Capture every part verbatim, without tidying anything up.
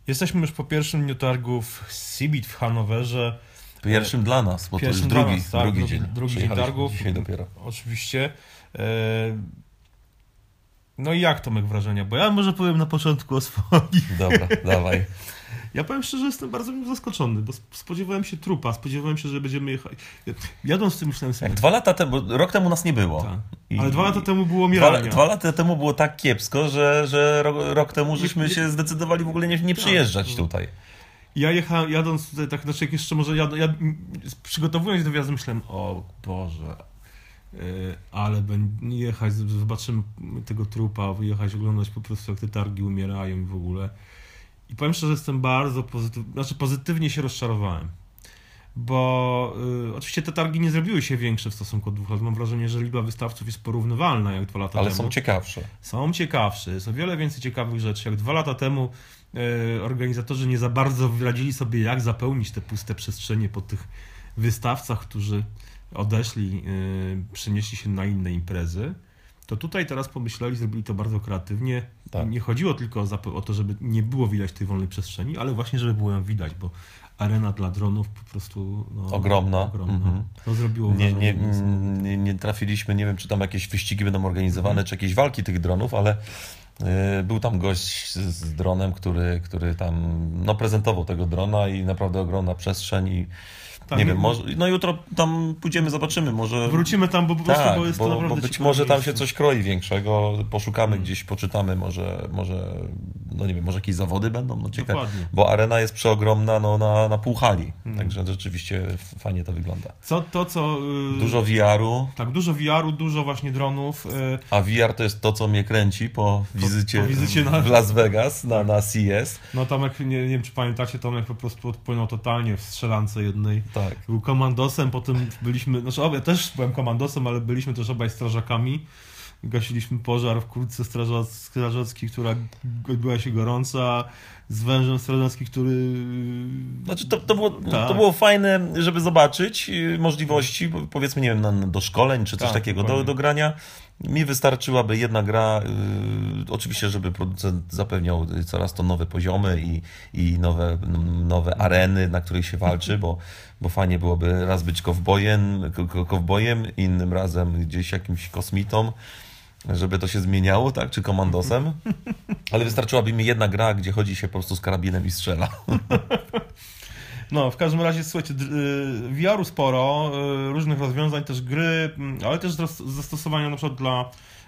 Jesteśmy już po pierwszym dniu targów CeBIT w Hanowerze. Pierwszym dla nas, bo Pierwszym to już drugi, nas, tak, drugi drugi dzień. Drugi dzień targów. Dzisiaj dopiero. Oczywiście. No i jak, Tomek, wrażenia? Bo ja może powiem na początku o swoich. Dobra, dawaj. Ja powiem szczerze, jestem bardzo zaskoczony, bo spodziewałem się trupa, spodziewałem się, że będziemy jechać. Jadąc z tym myślałem sobie... Jak dwa lata temu, rok temu nas nie było. Tak. I Ale dwa lata temu było mirania. Dwa, dwa lata temu było tak kiepsko, że, że rok, rok temu żeśmy się zdecydowali w ogóle nie, nie przyjeżdżać tak. tutaj. Ja jechałem, jadąc tutaj, tak, znaczy jak jeszcze może jad, jad, przygotowując się do wjazdu, myślałem, o Boże, yy, ale będę jechać, zobaczymy tego trupa, wyjechać, oglądać po prostu jak te targi umierają i w ogóle. I powiem szczerze, jestem bardzo pozytywnie, znaczy pozytywnie się rozczarowałem. Bo y, oczywiście te targi nie zrobiły się większe w stosunku do dwóch lat. Mam wrażenie, że liczba wystawców jest porównywalna jak dwa lata Ale temu. są ciekawsze. Są ciekawsze. Jest o wiele więcej ciekawych rzeczy. Jak dwa lata temu y, organizatorzy nie za bardzo radzili sobie, jak zapełnić te puste przestrzenie po tych wystawcach, którzy odeszli, y, przenieśli się na inne imprezy, to tutaj teraz pomyśleli, zrobili to bardzo kreatywnie. Tak. Nie chodziło tylko o, o to, żeby nie było widać tej wolnej przestrzeni, ale właśnie, żeby było ją widać, bo arena dla dronów po prostu no, ogromna. ogromna. Mhm. To zrobiło nie, wrażenie. nie, nie, nie trafiliśmy, nie wiem, czy tam jakieś wyścigi będą organizowane, mhm. czy jakieś walki tych dronów, ale y, był tam gość z, z dronem, który, który tam no, prezentował tego drona i naprawdę ogromna przestrzeń i Tak, nie nie, wiem, może, no jutro tam pójdziemy, zobaczymy, może... Wrócimy tam, bo po prostu tak, bo jest bo, to naprawdę bo być ciekawe może tam miejsce. się coś kroi większego, poszukamy Hmm. gdzieś, poczytamy, może, może, no nie wiem, może jakieś zawody będą, no ciekawe, Dokładnie. bo arena jest przeogromna, no na, na pół hali, Hmm. także rzeczywiście fajnie to wygląda. Co to, co... Yy... Dużo V R-u. Tak, dużo V R-u, dużo właśnie dronów. Yy... A V R to jest to, co mnie kręci po wizycie, po wizycie na... w Las Vegas, na, na C E S. No Tomek, nie, nie wiem czy pamiętacie, Tomek po prostu odpłynął totalnie w strzelance jednej. Tak. Był komandosem, potem byliśmy, znaczy obie, też byłem komandosem, ale byliśmy też obaj strażakami. Gasiliśmy pożar w kurtce strażackiej, która odbyła się gorąca, z wężem strażackim, który... Znaczy to, to, było, tak. to było fajne, żeby zobaczyć możliwości, powiedzmy, nie wiem, na, do szkoleń czy coś tak, takiego do, do grania. Mi wystarczyłaby jedna gra, yy, oczywiście, żeby producent zapewniał coraz to nowe poziomy i, i nowe, nowe areny, na których się walczy, bo, bo fajnie byłoby raz być kowbojem, kowbojem, innym razem gdzieś jakimś kosmitą, żeby to się zmieniało, tak, czy komandosem, ale wystarczyłaby mi jedna gra, gdzie chodzi się po prostu z karabinem i strzela. No, w każdym razie, słuchajcie, V R-u sporo, różnych rozwiązań, też gry, ale też zastosowania na przykład dla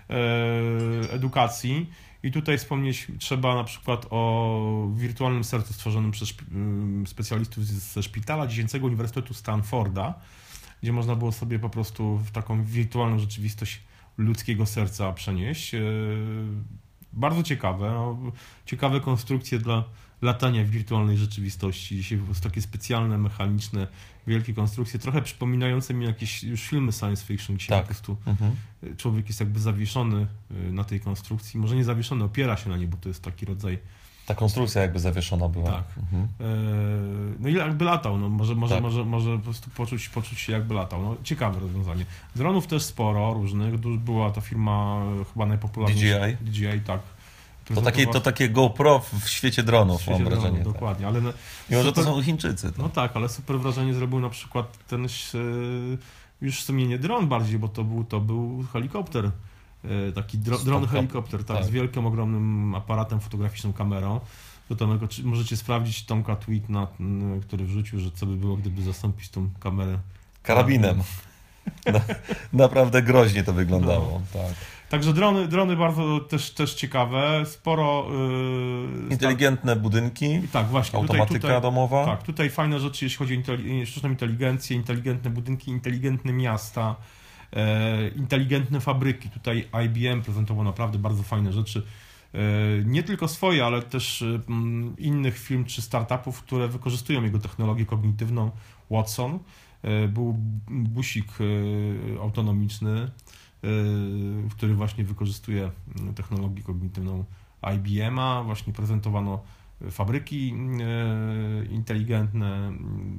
edukacji. I tutaj wspomnieć trzeba na przykład o wirtualnym sercu stworzonym przez specjalistów ze Szpitala Dziecięcego Uniwersytetu Stanforda, gdzie można było sobie po prostu w taką wirtualną rzeczywistość ludzkiego serca przenieść. Bardzo ciekawe. No, ciekawe konstrukcje dla latania w wirtualnej rzeczywistości. Dzisiaj po prostu takie specjalne, mechaniczne, wielkie konstrukcje, trochę przypominające mi jakieś już filmy science fiction, gdzie tak. po prostu mhm. człowiek jest jakby zawieszony na tej konstrukcji. Może nie zawieszony, opiera się na niej, bo to jest taki rodzaj... Ta konstrukcja jakby zawieszona była. Tak. Mhm. No i jakby latał, no może, może, tak. może, może po prostu poczuć, poczuć się jakby latał. No, ciekawe rozwiązanie. Dronów też sporo różnych. Była ta firma chyba najpopularniejsza. D J I? D J I, tak. To takie, to takie GoPro w świecie dronów, w świecie mam wrażenie. Dronów, dokładnie. Tak. Ale no, Mimo, że to super, są Chińczycy. To. No tak, ale super wrażenie zrobił na przykład ten już w sumie nie dron bardziej, bo to był, to był helikopter. Taki dro, dron helikopter, tak, tak, z wielkim, ogromnym aparatem fotograficzną, kamerą. To Tomek, możecie sprawdzić Tomka tweet, na, który wrzucił, że co by było, gdyby zastąpić tą kamerę karabinem. Na, naprawdę groźnie to wyglądało. No. Tak. Także drony, drony bardzo też, też ciekawe, sporo... Yy, inteligentne tak, budynki, tak, właśnie, automatyka tutaj, tutaj, domowa. Tak, tutaj fajne rzeczy, jeśli chodzi o inteli- sztuczną inteligencję, inteligentne budynki, inteligentne miasta, e, inteligentne fabryki. Tutaj I B M prezentował naprawdę bardzo fajne rzeczy. E, nie tylko swoje, ale też e, innych firm czy startupów, które wykorzystują jego technologię kognitywną. Watson, e, był busik e, autonomiczny, który właśnie wykorzystuje technologię kognitywną I B M-a. Właśnie prezentowano fabryki inteligentne.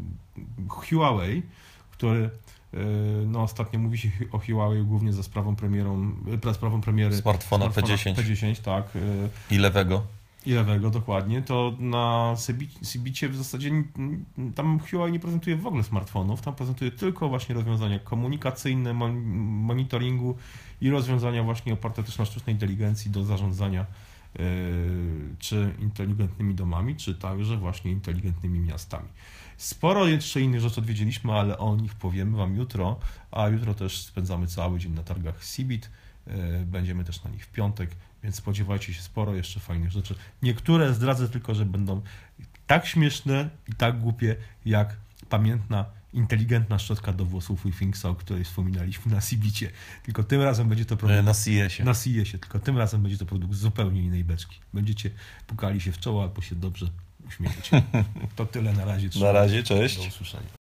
Huawei, który no ostatnio mówi się o Huawei głównie za sprawą premierą, za sprawą premiery smartfona P dziesięć. P dziesięć, tak. I lewego. I lewego, dokładnie, to na Sybicie w zasadzie tam Huawei nie prezentuje w ogóle smartfonów, tam prezentuje tylko właśnie rozwiązania komunikacyjne, monitoringu i rozwiązania właśnie oparte też na sztucznej inteligencji do zarządzania yy, czy inteligentnymi domami, czy także właśnie inteligentnymi miastami. Sporo jeszcze innych rzeczy odwiedziliśmy, ale o nich powiemy Wam jutro, a jutro też spędzamy cały dzień na targach Cebit, yy, będziemy też na nich w piątek, więc spodziewajcie się sporo jeszcze fajnych rzeczy. Niektóre zdradzę tylko, że będą tak śmieszne i tak głupie, jak pamiętna, inteligentna szczotka do włosów Withingsa, o której wspominaliśmy na Cebicie. Tylko tym razem będzie to produkt... Na C S ie. Na C S ie, tylko tym razem będzie to produkt z zupełnie innej beczki. Będziecie pukali się w czoło albo się dobrze uśmiechać. To tyle na razie. Na razie, cześć. Do usłyszenia.